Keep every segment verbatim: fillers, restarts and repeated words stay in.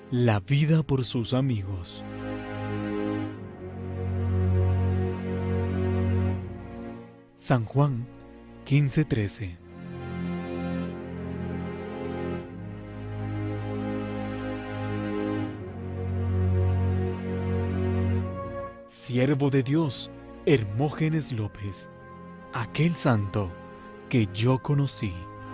La vida por sus amigos. San Juan quince trece. Siervo de Dios, Hermógenes López, aquel santo que yo conocí.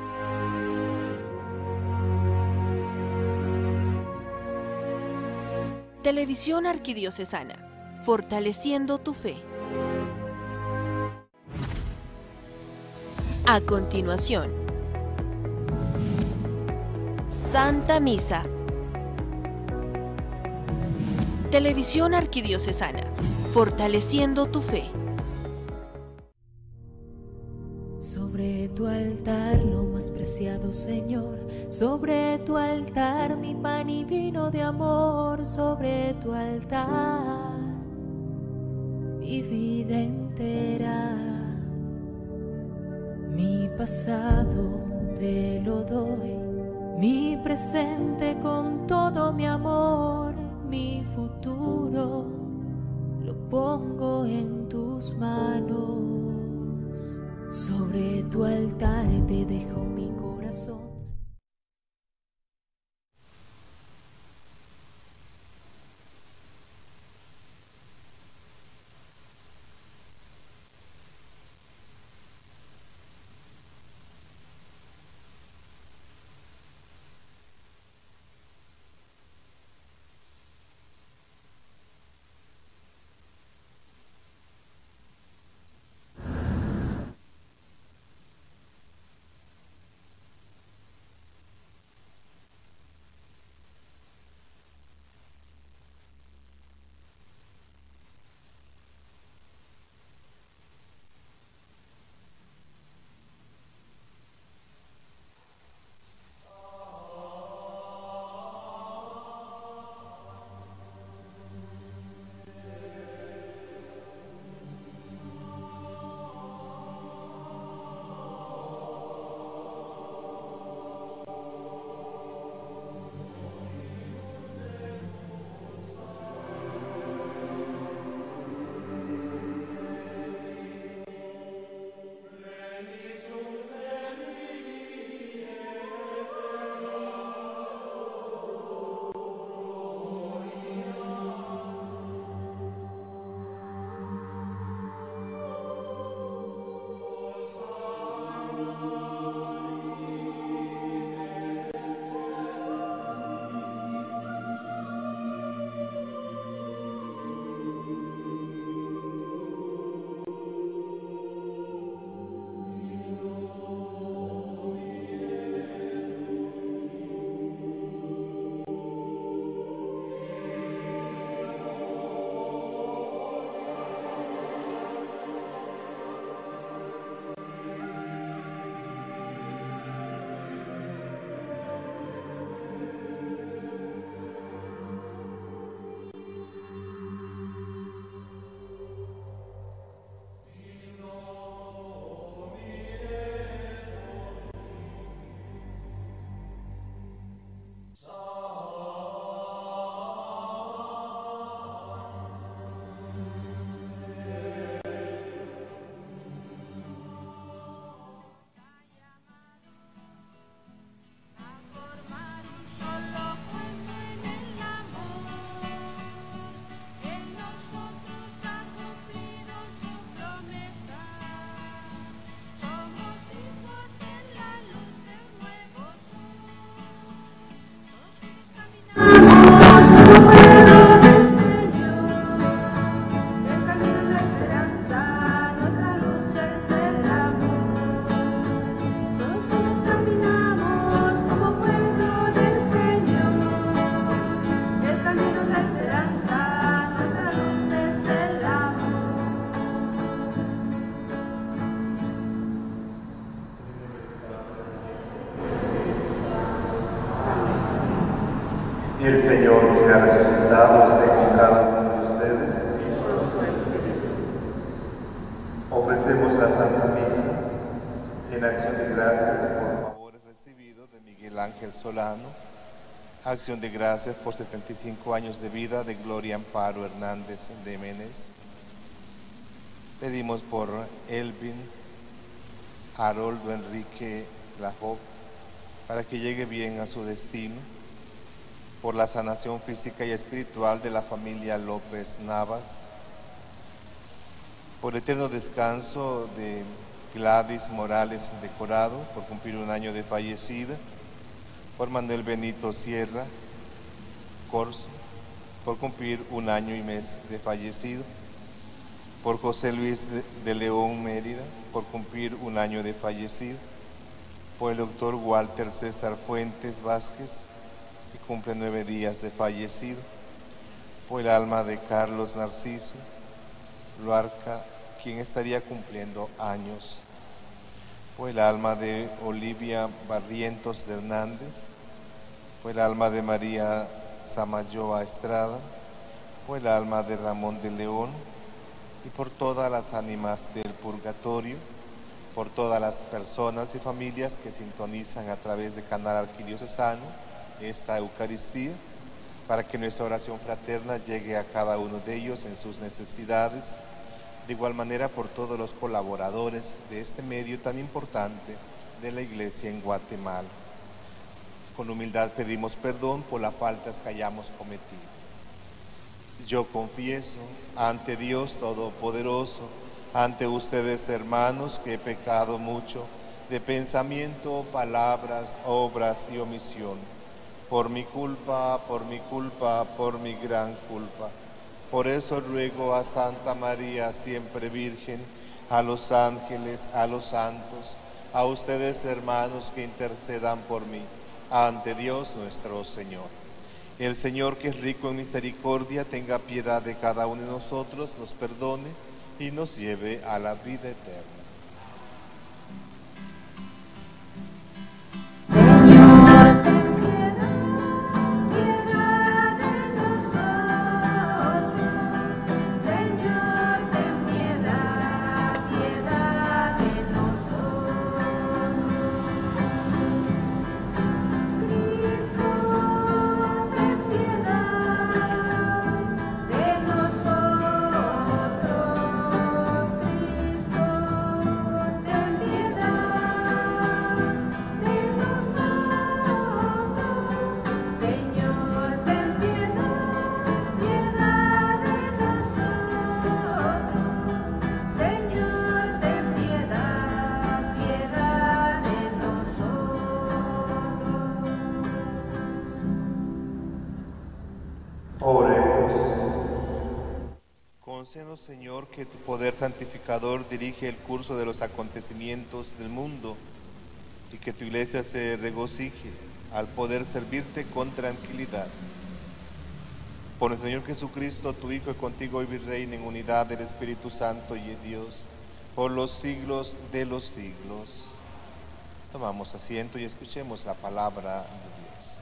Televisión Arquidiocesana, fortaleciendo tu fe. A continuación, Santa Misa. Televisión Arquidiocesana, fortaleciendo tu fe. Sobre tu altar lo más preciado, Señor, sobre tu altar mi pan y vino de amor, sobre tu altar mi vida entera, mi pasado te lo doy, mi presente con todo mi amor, mi futuro lo pongo en tus manos. Sobre tu altar te dejo mi corazón. Y el Señor que ha resucitado esté con cada uno de ustedes. Ofrecemos la Santa Misa en acción de gracias por favores recibidos de Miguel Ángel Solano, Acción de gracias por setenta y cinco años de vida de Gloria Amparo Hernández de Menes. Pedimos por Elvin Haroldo Enrique Lajoc para que llegue bien a su destino. Por la sanación física y espiritual de la familia López Navas. Por el eterno descanso de Gladys Morales Decorado, por cumplir un año de fallecida. Por Manuel Benito Sierra Corso, por cumplir un año y mes de fallecido. Por José Luis de León Mérida, por cumplir un año de fallecido. Por el doctor Walter César Fuentes Vázquez, que cumple nueve días de fallecido. Por el alma de Carlos Narciso Luarca, quien estaría cumpliendo años. Por el alma de Olivia Barrientos de Hernández. Por el alma de María Samayoa Estrada. Por el alma de Ramón de León. Y por todas las ánimas del purgatorio, por todas las personas y familias que sintonizan a través de Canal Arquidiocesano esta Eucaristía, para que nuestra oración fraterna llegue a cada uno de ellos en sus necesidades. De igual manera por todos los colaboradores de este medio tan importante de la Iglesia en Guatemala. Con humildad pedimos perdón por las faltas que hayamos cometido. Yo confieso ante Dios Todopoderoso, ante ustedes hermanos, que he pecado mucho de pensamiento, palabras, obras y omisión. Por mi culpa, por mi culpa, por mi gran culpa. Por eso ruego a Santa María, siempre Virgen, a los ángeles, a los santos, a ustedes hermanos, que intercedan por mí ante Dios nuestro Señor. El Señor, que es rico en misericordia, tenga piedad de cada uno de nosotros, nos perdone y nos lleve a la vida eterna. Concédenos, Señor, que tu poder santificador dirige el curso de los acontecimientos del mundo y que tu iglesia se regocije al poder servirte con tranquilidad. Por el Señor Jesucristo, tu Hijo, y contigo vive y reina en unidad del Espíritu Santo y en Dios, por los siglos de los siglos. Tomamos asiento y escuchemos la palabra de Dios.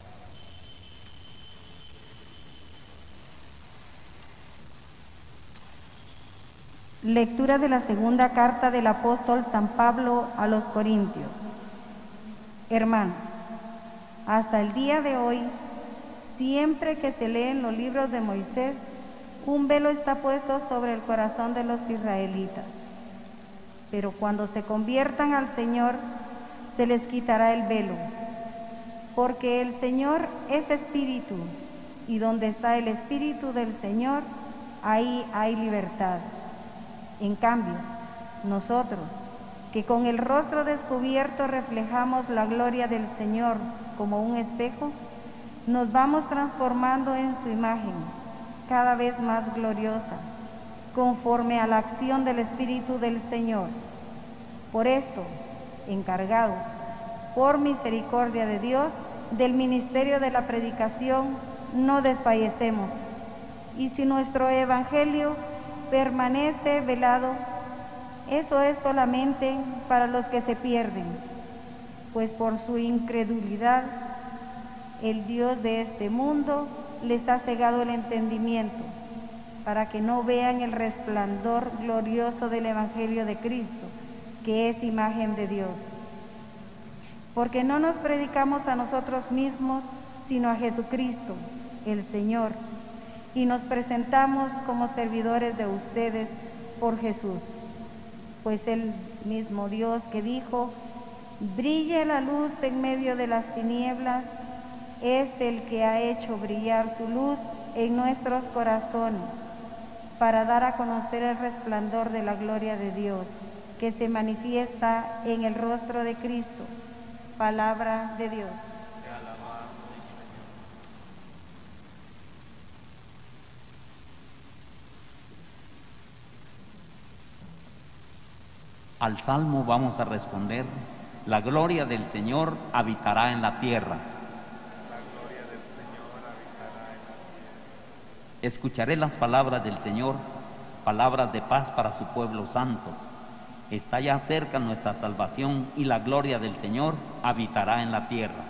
Lectura de la segunda carta del apóstol San Pablo a los Corintios. Hermanos, hasta el día de hoy, siempre que se leen los libros de Moisés, un velo está puesto sobre el corazón de los israelitas. Pero cuando se conviertan al Señor, se les quitará el velo, porque el Señor es espíritu, y donde está el espíritu del Señor, ahí hay libertad. En cambio, nosotros, que con el rostro descubierto reflejamos la gloria del Señor como un espejo, nos vamos transformando en su imagen, cada vez más gloriosa, conforme a la acción del Espíritu del Señor. Por esto, encargados, por misericordia de Dios, del ministerio de la predicación, no desfallecemos. Y si nuestro evangelio permanece velado, eso es solamente para los que se pierden, pues por su incredulidad el Dios de este mundo les ha cegado el entendimiento, para que no vean el resplandor glorioso del Evangelio de Cristo, que es imagen de Dios. Porque no nos predicamos a nosotros mismos, sino a Jesucristo, el Señor, y nos presentamos como servidores de ustedes por Jesús, pues el mismo Dios que dijo, brille la luz en medio de las tinieblas, es el que ha hecho brillar su luz en nuestros corazones, para dar a conocer el resplandor de la gloria de Dios, que se manifiesta en el rostro de Cristo. Palabra de Dios. Al Salmo vamos a responder, la gloria del Señor habitará en la tierra. Escucharé las palabras del Señor, palabras de paz para su pueblo santo. Está ya cerca nuestra salvación y la gloria del Señor habitará en la tierra.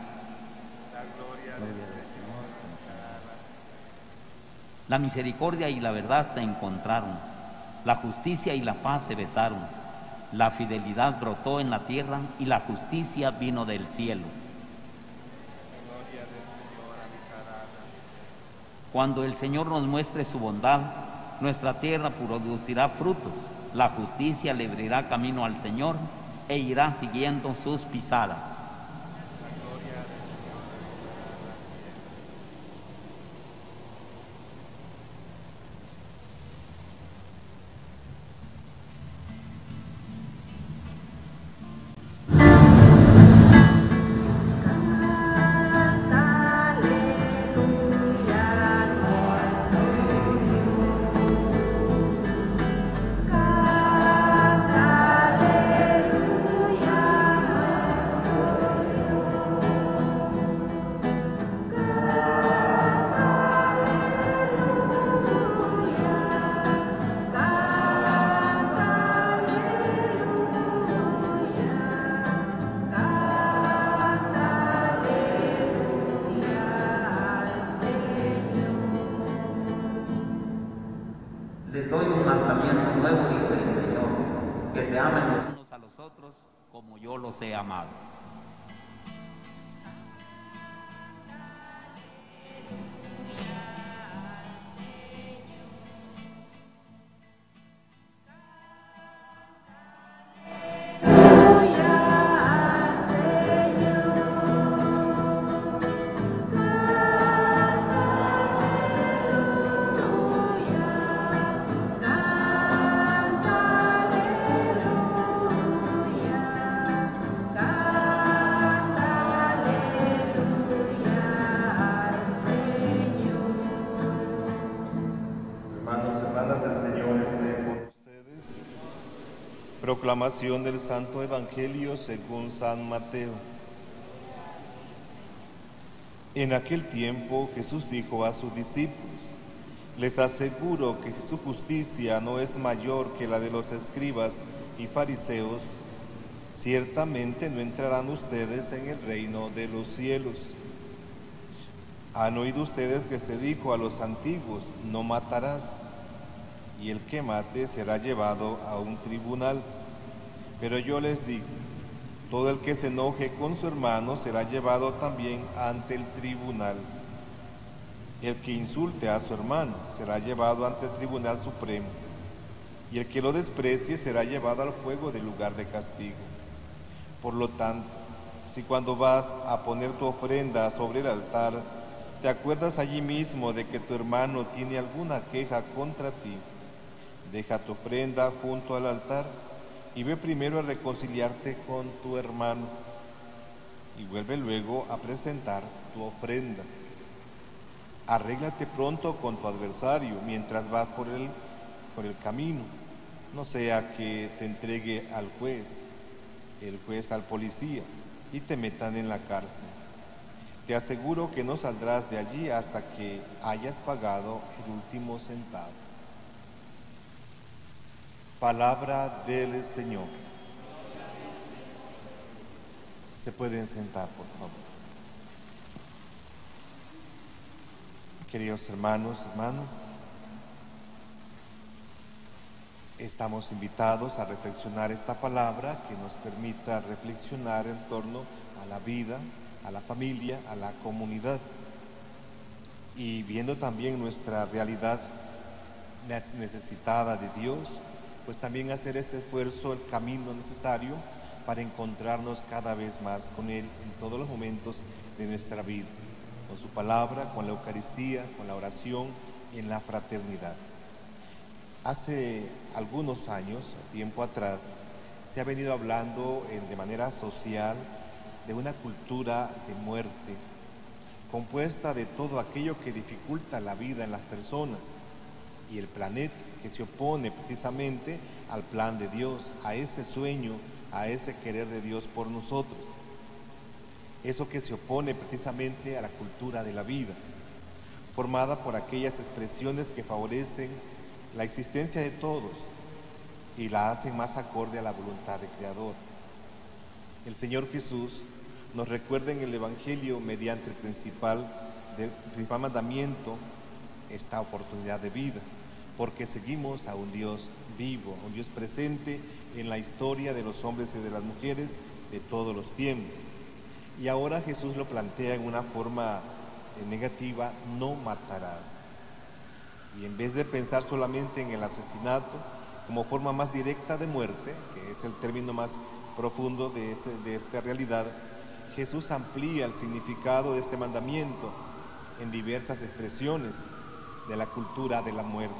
La misericordia y la verdad se encontraron, la justicia y la paz se besaron, la fidelidad brotó en la tierra y la justicia vino del cielo. Cuando el Señor nos muestre su bondad, nuestra tierra producirá frutos, la justicia le abrirá camino al Señor e irá siguiendo sus pisadas. Les doy un mandamiento nuevo, dice el Señor, que se amen los unos a los otros como yo los he amado. Proclamación del Santo Evangelio según San Mateo. En aquel tiempo Jesús dijo a sus discípulos, les aseguro que si su justicia no es mayor que la de los escribas y fariseos, ciertamente no entrarán ustedes en el reino de los cielos. Han oído ustedes que se dijo a los antiguos, no matarás, y el que mate será llevado a un tribunal. Pero yo les digo, todo el que se enoje con su hermano será llevado también ante el tribunal. El que insulte a su hermano será llevado ante el Tribunal Supremo, y el que lo desprecie será llevado al fuego del lugar de castigo. Por lo tanto, si cuando vas a poner tu ofrenda sobre el altar, te acuerdas allí mismo de que tu hermano tiene alguna queja contra ti, deja tu ofrenda junto al altar y ve primero a reconciliarte con tu hermano, y vuelve luego a presentar tu ofrenda. Arréglate pronto con tu adversario mientras vas por el, por el camino, no sea que te entregue al juez, el juez al policía, y te metan en la cárcel. Te aseguro que no saldrás de allí hasta que hayas pagado el último centavo. Palabra del Señor. Se pueden sentar, por favor. Queridos hermanos, hermanas, estamos invitados a reflexionar esta palabra que nos permita reflexionar en torno a la vida, a la familia, a la comunidad. y viendo también nuestra realidad necesitada de Dios, pues también hacer ese esfuerzo, el camino necesario para encontrarnos cada vez más con Él en todos los momentos de nuestra vida, con su palabra, con la Eucaristía, con la oración, en la fraternidad. Hace algunos años, tiempo atrás, se ha venido hablando en, de manera social de una cultura de muerte, compuesta de todo aquello que dificulta la vida en las personas y el planeta, que se opone precisamente al plan de Dios, a ese sueño, a ese querer de Dios por nosotros. Eso que se opone precisamente a la cultura de la vida, formada por aquellas expresiones que favorecen la existencia de todos y la hacen más acorde a la voluntad del Creador. El Señor Jesús nos recuerda en el Evangelio, mediante el principal, del principal mandamiento, esta oportunidad de vida, porque seguimos a un Dios vivo, a un Dios presente en la historia de los hombres y de las mujeres de todos los tiempos. Y ahora Jesús lo plantea en una forma negativa: no matarás. Y en vez de pensar solamente en el asesinato como forma más directa de muerte, que es el término más profundo de, este, de esta realidad, Jesús amplía el significado de este mandamiento en diversas expresiones de la cultura de la muerte.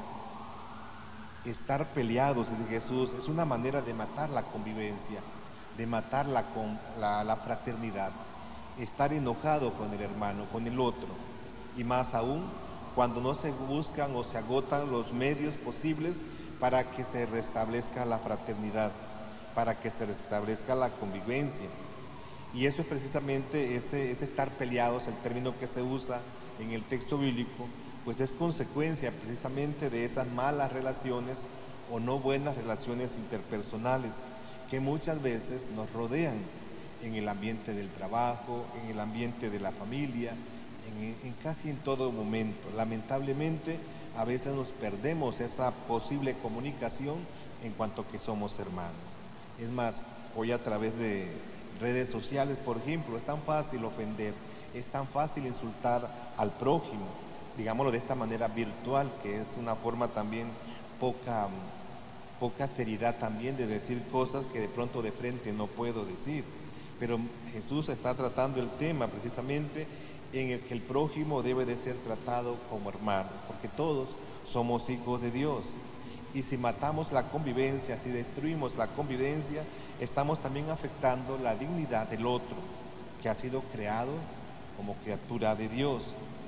Estar peleados, dice Jesús, es una manera de matar la convivencia, de matar la, la, la fraternidad. Estar enojado con el hermano, con el otro, y más aún cuando no se buscan o se agotan los medios posibles para que se restablezca la fraternidad, para que se restablezca la convivencia. Y eso es precisamente ese, ese estar peleados, el término que se usa en el texto bíblico, pues es consecuencia precisamente de esas malas relaciones o no buenas relaciones interpersonales que muchas veces nos rodean en el ambiente del trabajo, en el ambiente de la familia, en, en casi en todo momento. Lamentablemente, a veces nos perdemos esa posible comunicación en cuanto que somos hermanos. Es más, hoy a través de redes sociales, por ejemplo, es tan fácil ofender, es tan fácil insultar al prójimo, digámoslo de esta manera virtual, que es una forma también poca, poca seriedad también de decir cosas que de pronto de frente no puedo decir. Pero Jesús está tratando el tema precisamente en el que el prójimo debe de ser tratado como hermano, porque todos somos hijos de Dios. Y si matamos la convivencia, si destruimos la convivencia, estamos también afectando la dignidad del otro, que ha sido creado como criatura de Dios.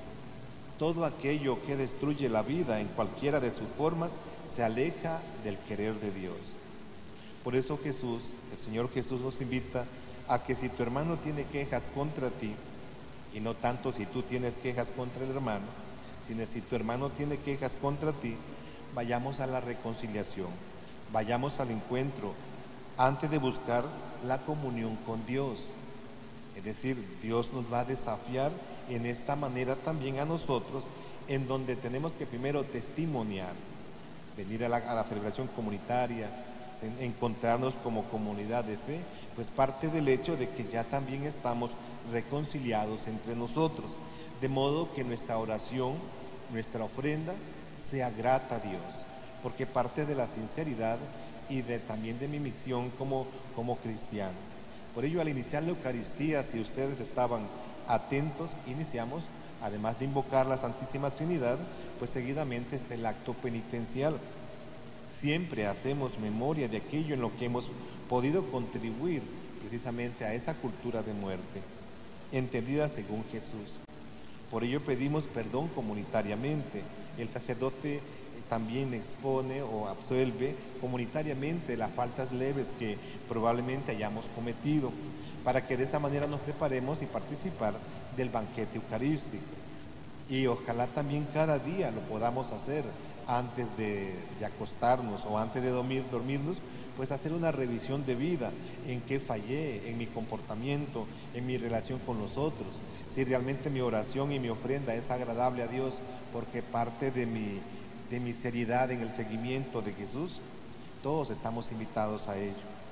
Todo aquello que destruye la vida en cualquiera de sus formas se aleja del querer de Dios. Por eso Jesús, el Señor Jesús nos invita a que si tu hermano tiene quejas contra ti, y no tanto si tú tienes quejas contra el hermano, sino si tu hermano tiene quejas contra ti, vayamos a la reconciliación, vayamos al encuentro, antes de buscar la comunión con Dios. Es decir, Dios nos va a desafiar en esta manera también a nosotros, en donde tenemos que primero testimoniar, venir a la, a la celebración comunitaria, encontrarnos como comunidad de fe, pues parte del hecho de que ya también estamos reconciliados entre nosotros, de modo que nuestra oración, nuestra ofrenda sea grata a Dios, porque parte de la sinceridad y de, también de mi misión como, como cristiano. Por ello, al iniciar la Eucaristía, si ustedes estaban atentos, iniciamos, además de invocar la Santísima Trinidad, pues seguidamente está el acto penitencial. Siempre hacemos memoria de aquello en lo que hemos podido contribuir precisamente a esa cultura de muerte, entendida según Jesús. Por ello pedimos perdón comunitariamente. El sacerdote también expone o absuelve comunitariamente las faltas leves que probablemente hayamos cometido, para que de esa manera nos preparemos y participar del banquete eucarístico. Y ojalá también cada día lo podamos hacer antes de, de acostarnos o antes de dormir, dormirnos, pues hacer una revisión de vida, en qué fallé, en mi comportamiento, en mi relación con los otros, si realmente mi oración y mi ofrenda es agradable a Dios, porque parte de mi, de mi seriedad en el seguimiento de Jesús. Todos estamos invitados a ello,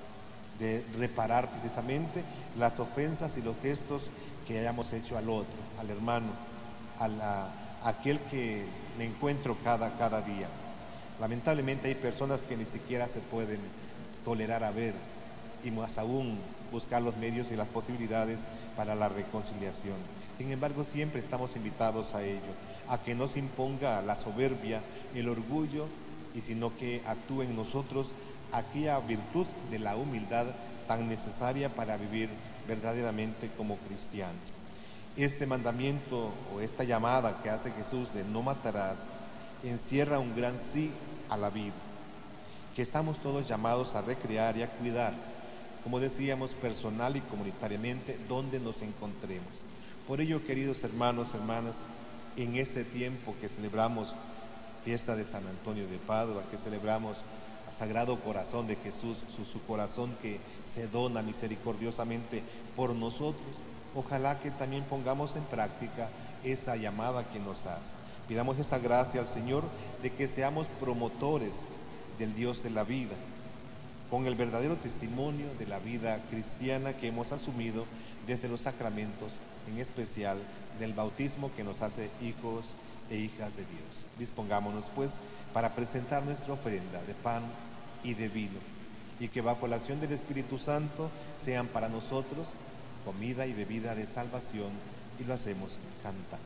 de reparar precisamente las ofensas y los gestos que hayamos hecho al otro, al hermano, a la, aquel que me encuentro cada, cada día. Lamentablemente hay personas que ni siquiera se pueden tolerar a ver, y más aún buscar los medios y las posibilidades para la reconciliación. Sin embargo, siempre estamos invitados a ello, a que no se imponga la soberbia, el orgullo, y sino que actúe en nosotros aquella virtud de la humildad tan necesaria para vivir verdaderamente como cristianos. Este mandamiento o esta llamada que hace Jesús de no matarás encierra un gran sí a la vida, que estamos todos llamados a recrear y a cuidar, como decíamos, personal y comunitariamente, donde nos encontremos. Por ello, queridos hermanos, hermanas, en este tiempo que celebramos fiesta de San Antonio de Padua, que celebramos al Sagrado Corazón de Jesús, su, su corazón que se dona misericordiosamente por nosotros, ojalá que también pongamos en práctica esa llamada que nos hace. Pidamos esa gracia al Señor de que seamos promotores del Dios de la vida, con el verdadero testimonio de la vida cristiana que hemos asumido desde los sacramentos, en especial del bautismo que nos hace hijos e hijas de Dios. Dispongámonos pues para presentar nuestra ofrenda de pan y de vino, y que bajo la acción del Espíritu Santo sean para nosotros comida y bebida de salvación, y lo hacemos cantando.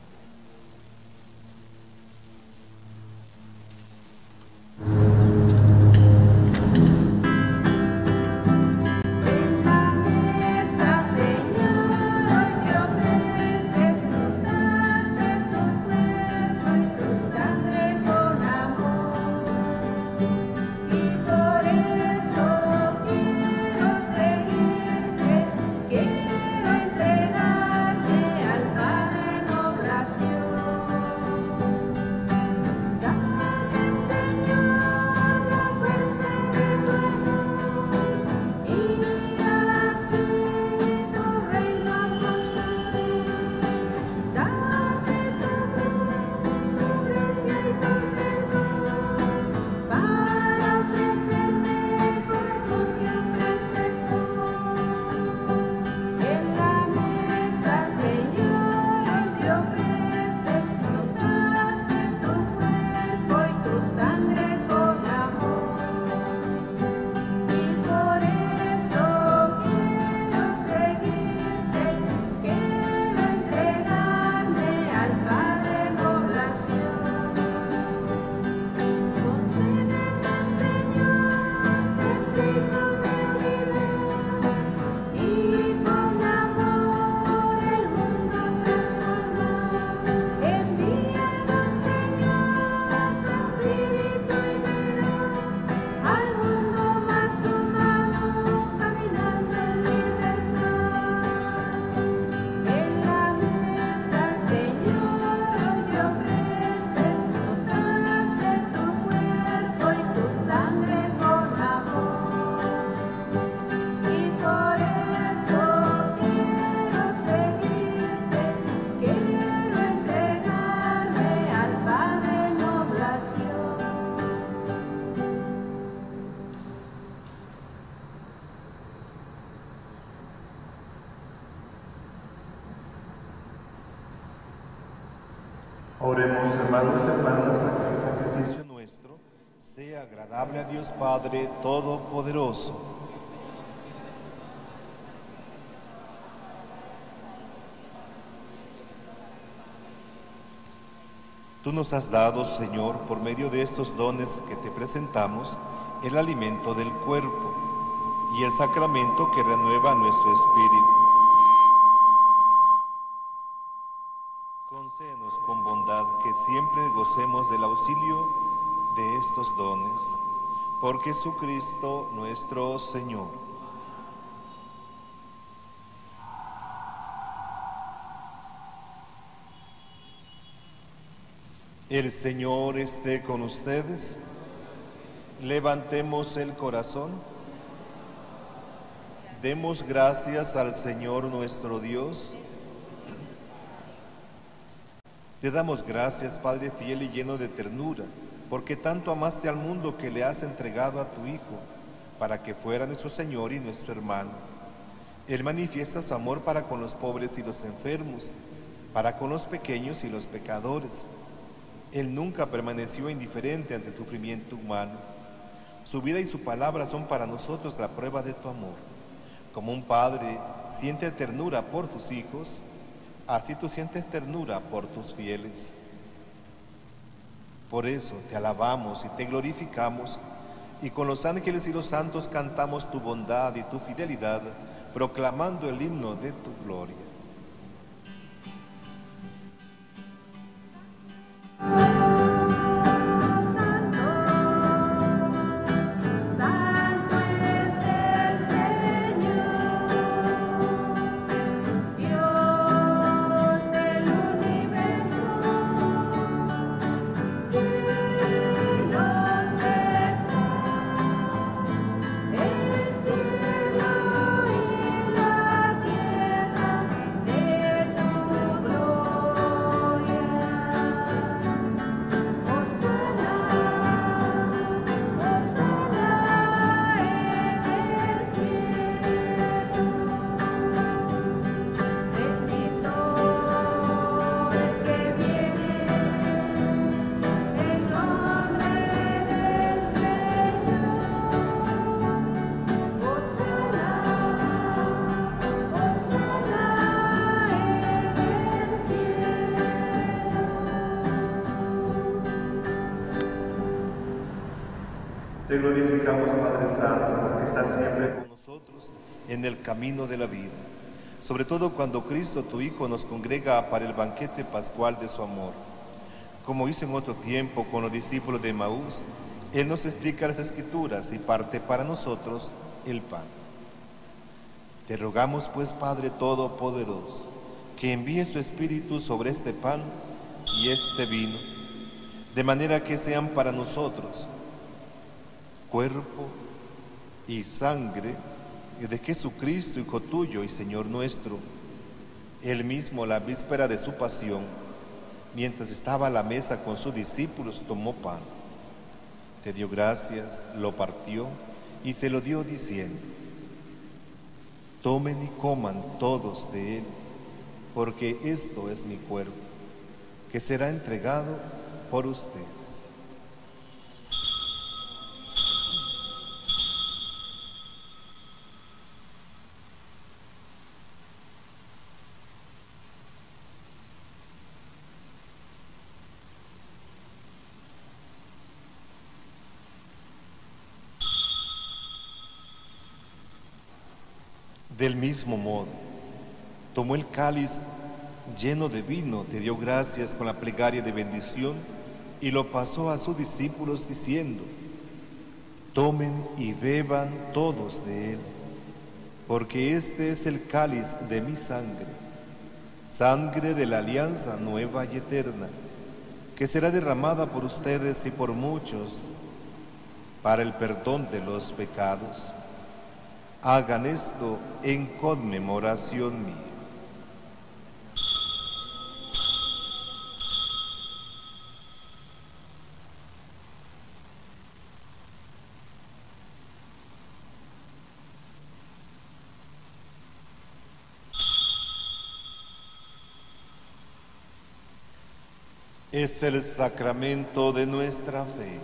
Oremos, hermanos y hermanas, para que el Sacrificio nuestro sea agradable a Dios Padre Todopoderoso. Tú nos has dado, Señor, por medio de estos dones que te presentamos, el alimento del cuerpo y el sacramento que renueva nuestro espíritu. Concédenos con bondad que siempre gocemos del auxilio de estos dones. Por Jesucristo nuestro Señor. El Señor esté con ustedes. Levantemos el corazón. Demos gracias al Señor nuestro Dios. Te damos gracias, Padre fiel y lleno de ternura, porque tanto amaste al mundo que le has entregado a tu Hijo, para que fuera nuestro Señor y nuestro hermano. Él manifiesta su amor para con los pobres y los enfermos, para con los pequeños y los pecadores, Él nunca permaneció indiferente ante el sufrimiento humano. Su vida y su palabra son para nosotros la prueba de tu amor. Como un padre siente ternura por sus hijos, así tú sientes ternura por tus fieles. Por eso te alabamos y te glorificamos, y con los ángeles y los santos cantamos tu bondad y tu fidelidad, proclamando el himno de tu gloria. Te glorificamos, Padre Santo, porque estás siempre con nosotros en el camino de la vida, sobre todo cuando Cristo, tu Hijo, nos congrega para el banquete pascual de su amor. Como hizo en otro tiempo con los discípulos de Maús, Él nos explica las Escrituras y parte para nosotros el pan. Te rogamos, pues, Padre Todopoderoso, que envíes tu Espíritu sobre este pan y este vino, de manera que sean para nosotros cuerpo y sangre de Jesucristo, Hijo tuyo y Señor nuestro. Él mismo, la víspera de su pasión, mientras estaba a la mesa con sus discípulos, tomó pan, te dio gracias, lo partió y se lo dio diciendo: tomen y coman todos de él, porque esto es mi cuerpo, que será entregado por ustedes. Del mismo modo, tomó el cáliz lleno de vino, te dio gracias con la plegaria de bendición y lo pasó a sus discípulos diciendo: tomen y beban todos de él, porque este es el cáliz de mi sangre, sangre de la alianza nueva y eterna, que será derramada por ustedes y por muchos para el perdón de los pecados. Hagan esto en conmemoración mía. Es el sacramento de nuestra fe.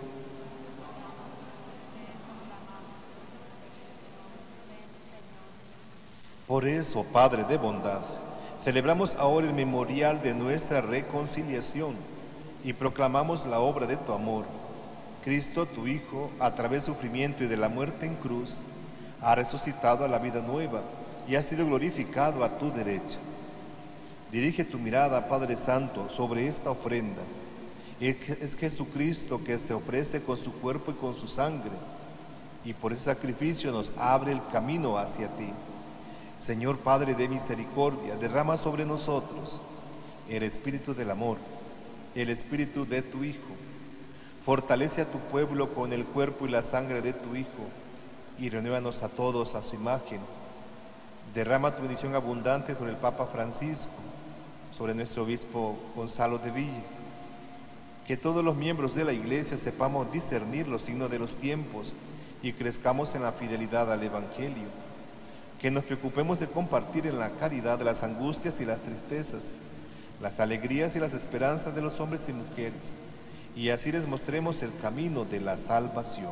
Por eso, Padre de bondad, celebramos ahora el memorial de nuestra reconciliación y proclamamos la obra de tu amor. Cristo, tu Hijo, a través del sufrimiento y de la muerte en cruz, ha resucitado a la vida nueva y ha sido glorificado a tu derecha. Dirige tu mirada, Padre Santo, sobre esta ofrenda. Es Jesucristo que se ofrece con su cuerpo y con su sangre, y por ese sacrificio nos abre el camino hacia ti. Señor Padre de misericordia, derrama sobre nosotros el espíritu del amor, el espíritu de tu Hijo. Fortalece a tu pueblo con el cuerpo y la sangre de tu Hijo y renuévanos a todos a su imagen. Derrama tu bendición abundante sobre el Papa Francisco, sobre nuestro obispo Gonzalo de Villa. Que todos los miembros de la Iglesia sepamos discernir los signos de los tiempos y crezcamos en la fidelidad al Evangelio. Que nos preocupemos de compartir en la caridad las angustias y las tristezas, las alegrías y las esperanzas de los hombres y mujeres, y así les mostremos el camino de la salvación.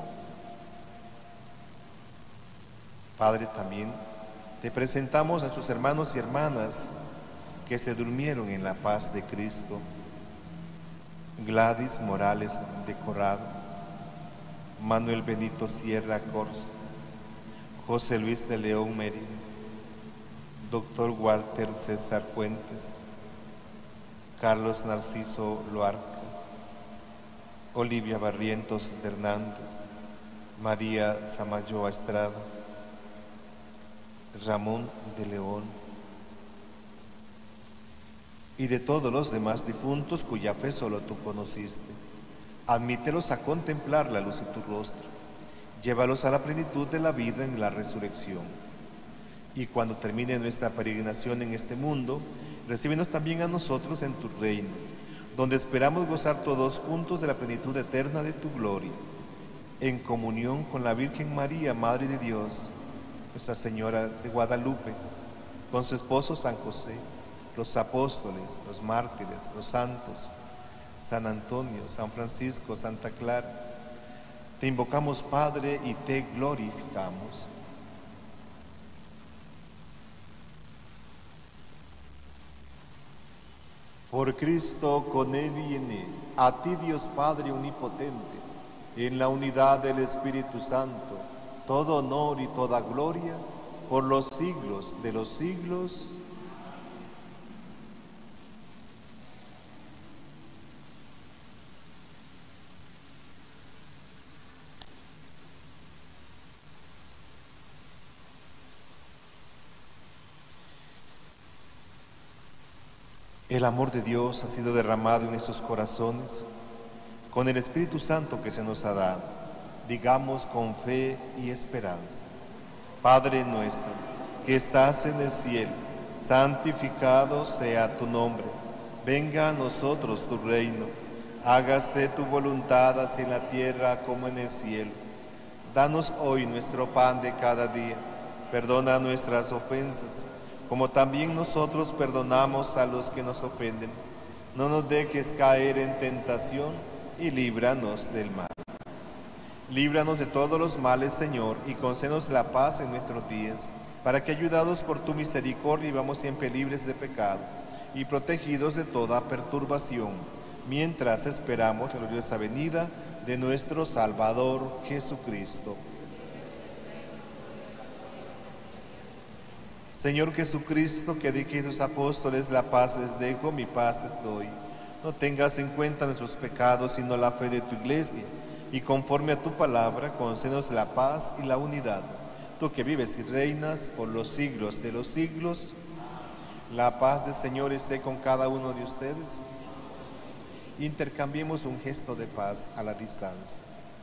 Padre, también te presentamos a sus hermanos y hermanas que se durmieron en la paz de Cristo. Gladys Morales de Corrado, Manuel Benito Sierra Corso, José Luis de León Merino, Doctor Walter César Fuentes, Carlos Narciso Loarca, Olivia Barrientos de Hernández, María Samayoa Estrada, Ramón de León, y de todos los demás difuntos cuya fe solo tú conociste. Admítelos a contemplar la luz de tu rostro, llévalos a la plenitud de la vida en la resurrección. Y cuando termine nuestra peregrinación en este mundo, recíbenos también a nosotros en tu reino, donde esperamos gozar todos juntos de la plenitud eterna de tu gloria, en comunión con la Virgen María, Madre de Dios, Nuestra Señora de Guadalupe, con su esposo San José, los apóstoles, los mártires, los santos, San Antonio, San Francisco, Santa Clara. Te invocamos, Padre, y te glorificamos. Por Cristo, con Él y en Él, a ti, Dios Padre omnipotente, en la unidad del Espíritu Santo, todo honor y toda gloria por los siglos de los siglos. El amor de Dios ha sido derramado en nuestros corazones con el Espíritu Santo que se nos ha dado. Digamos con fe y esperanza: Padre nuestro, que estás en el cielo, santificado sea tu nombre. Venga a nosotros tu reino. Hágase tu voluntad así en la tierra como en el cielo. Danos hoy nuestro pan de cada día. Perdona nuestras ofensas, como también nosotros perdonamos a los que nos ofenden. No nos dejes caer en tentación y líbranos del mal. Líbranos de todos los males, Señor, y concédenos la paz en nuestros días, para que, ayudados por tu misericordia, vivamos siempre libres de pecado y protegidos de toda perturbación, mientras esperamos la gloriosa venida de nuestro Salvador Jesucristo. Señor Jesucristo, que dijiste a tus apóstoles: la paz les dejo, mi paz les doy. No tengas en cuenta nuestros pecados, sino la fe de tu Iglesia, y conforme a tu palabra, concédenos la paz y la unidad. Tú que vives y reinas por los siglos de los siglos, la paz del Señor esté con cada uno de ustedes. Intercambiemos un gesto de paz a la distancia.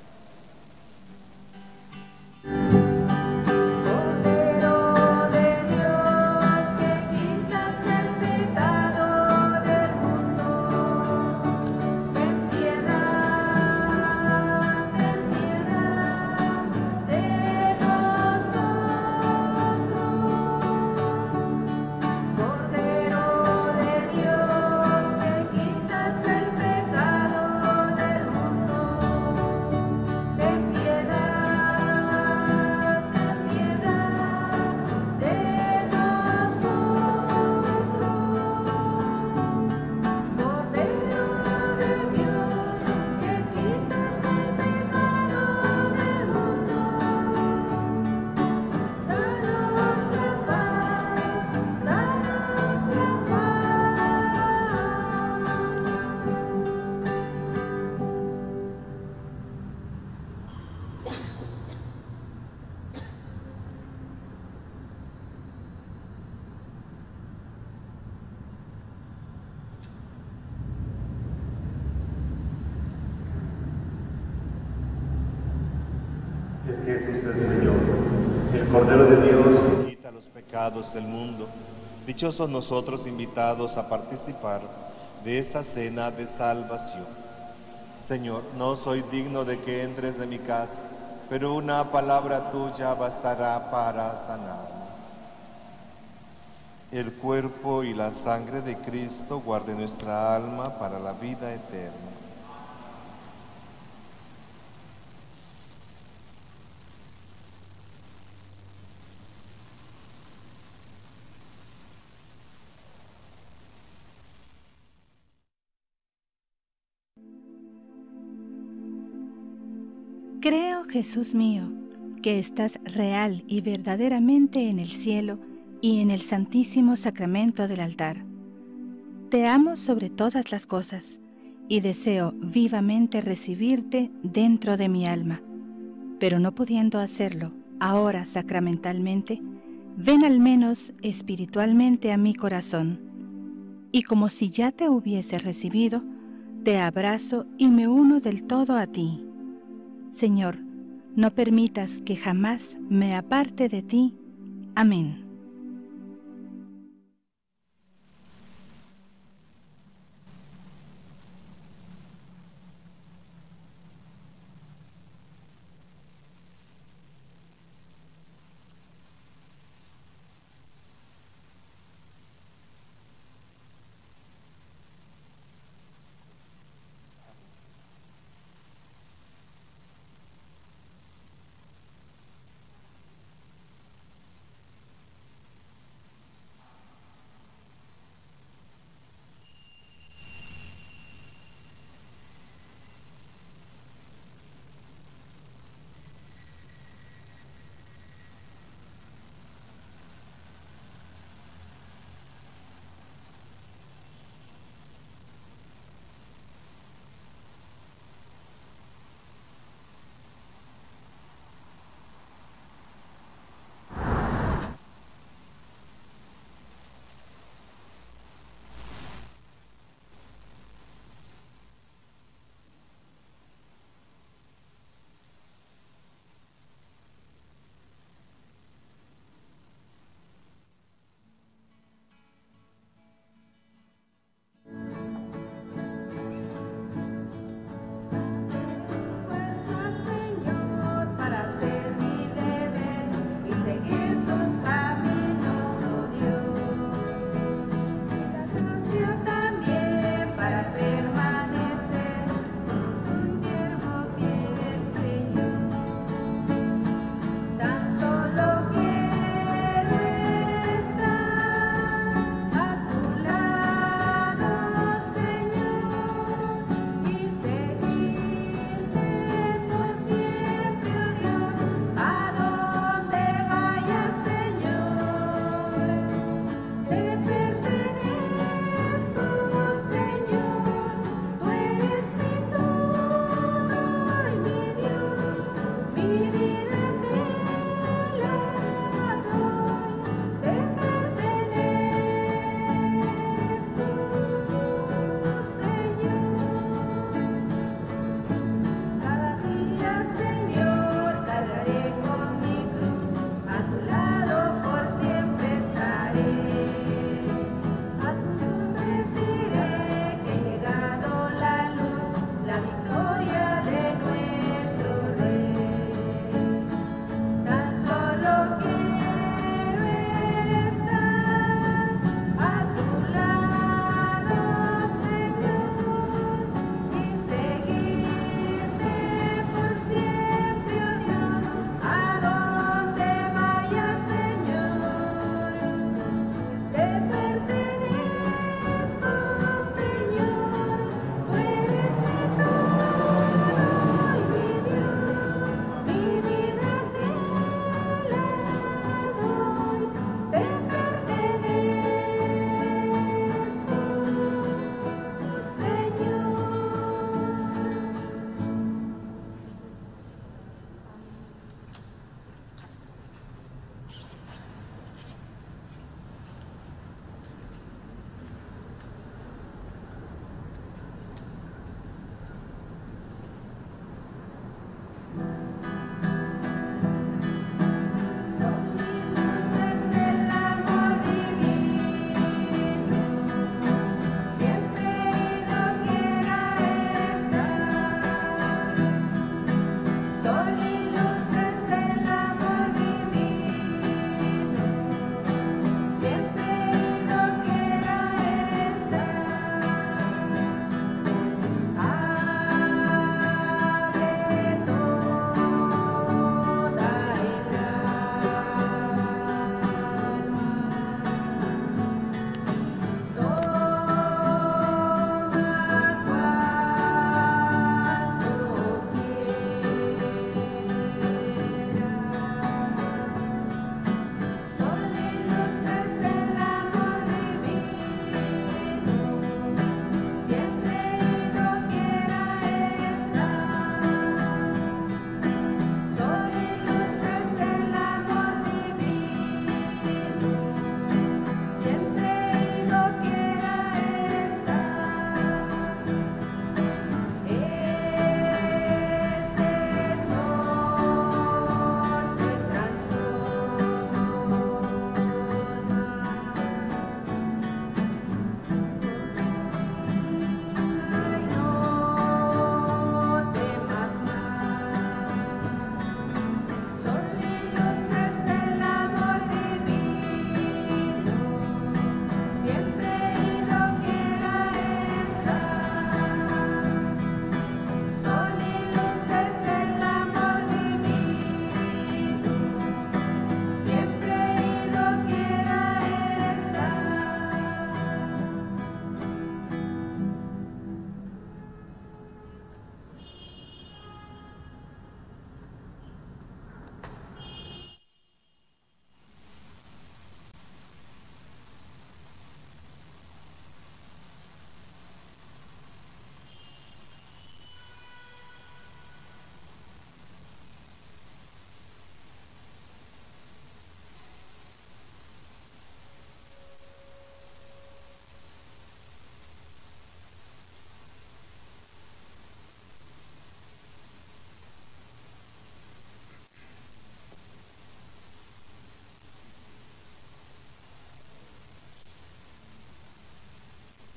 Es Jesús el Señor, el Cordero de Dios que quita los pecados del mundo. Dichosos nosotros invitados a participar de esta cena de salvación. Señor, no soy digno de que entres en mi casa, pero una palabra tuya bastará para sanarme. El cuerpo y la sangre de Cristo guarde nuestra alma para la vida eterna. Creo, Jesús mío, que estás real y verdaderamente en el cielo y en el santísimo sacramento del altar. Te amo sobre todas las cosas y deseo vivamente recibirte dentro de mi alma, pero no pudiendo hacerlo ahora sacramentalmente, ven al menos espiritualmente a mi corazón, y como si ya te hubiese recibido, te abrazo y me uno del todo a ti. Señor, no permitas que jamás me aparte de ti. Amén.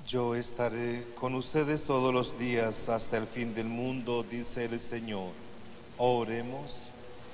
Yo estaré con ustedes todos los días hasta el fin del mundo, dice el Señor. Oremos.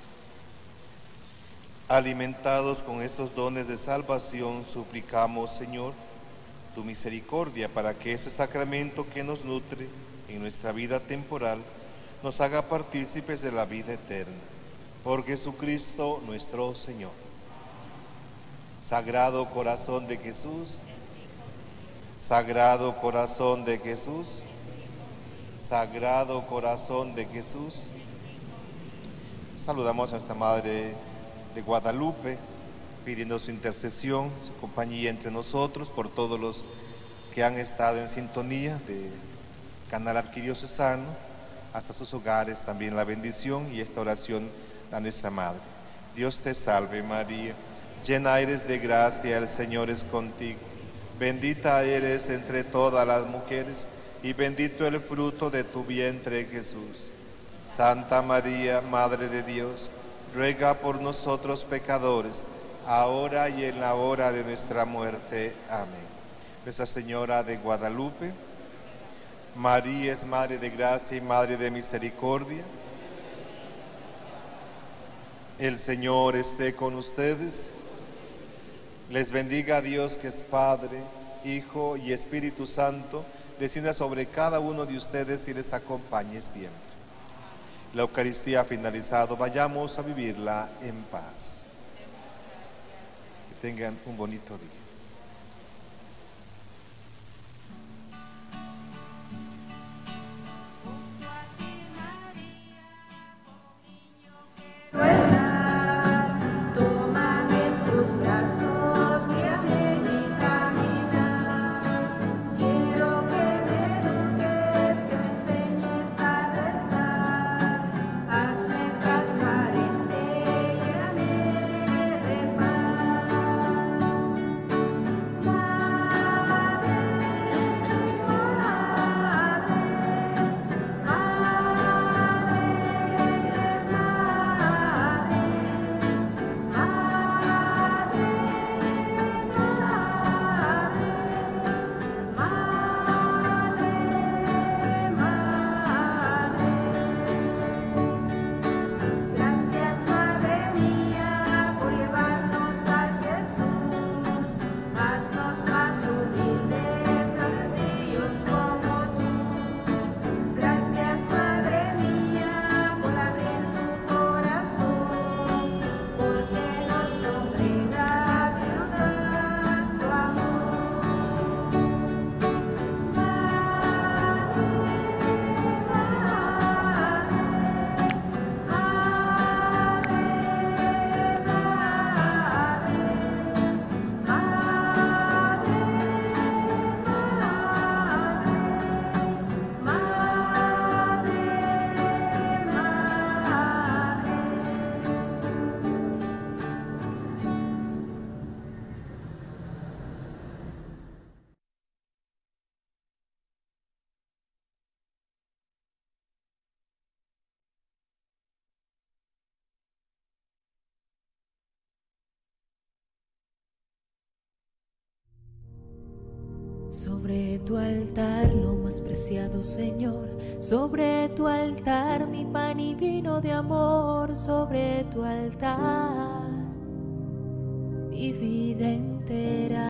Alimentados con estos dones de salvación, suplicamos, Señor, tu misericordia para que ese sacramento que nos nutre en nuestra vida temporal nos haga partícipes de la vida eterna. Por Jesucristo nuestro Señor. Sagrado corazón de Jesús, Sagrado corazón de Jesús, Sagrado corazón de Jesús. Saludamos a nuestra Madre de Guadalupe, pidiendo su intercesión, su compañía entre nosotros, por todos los que han estado en sintonía de Canal Arquidiocesano, hasta sus hogares también la bendición y esta oración a nuestra Madre. Dios te salve María, llena eres de gracia, el Señor es contigo. Bendita eres entre todas las mujeres y bendito el fruto de tu vientre, Jesús. Santa María, Madre de Dios, ruega por nosotros pecadores, ahora y en la hora de nuestra muerte. Amén. Nuestra Señora de Guadalupe, María es Madre de Gracia y Madre de Misericordia. El Señor esté con ustedes. Les bendiga Dios, que es Padre, Hijo y Espíritu Santo, descienda sobre cada uno de ustedes y les acompañe siempre. La Eucaristía ha finalizado, vayamos a vivirla en paz. Que tengan un bonito día. Sobre tu altar, lo más preciado, Señor, sobre tu altar, mi pan y vino de amor, sobre tu altar, mi vida entera.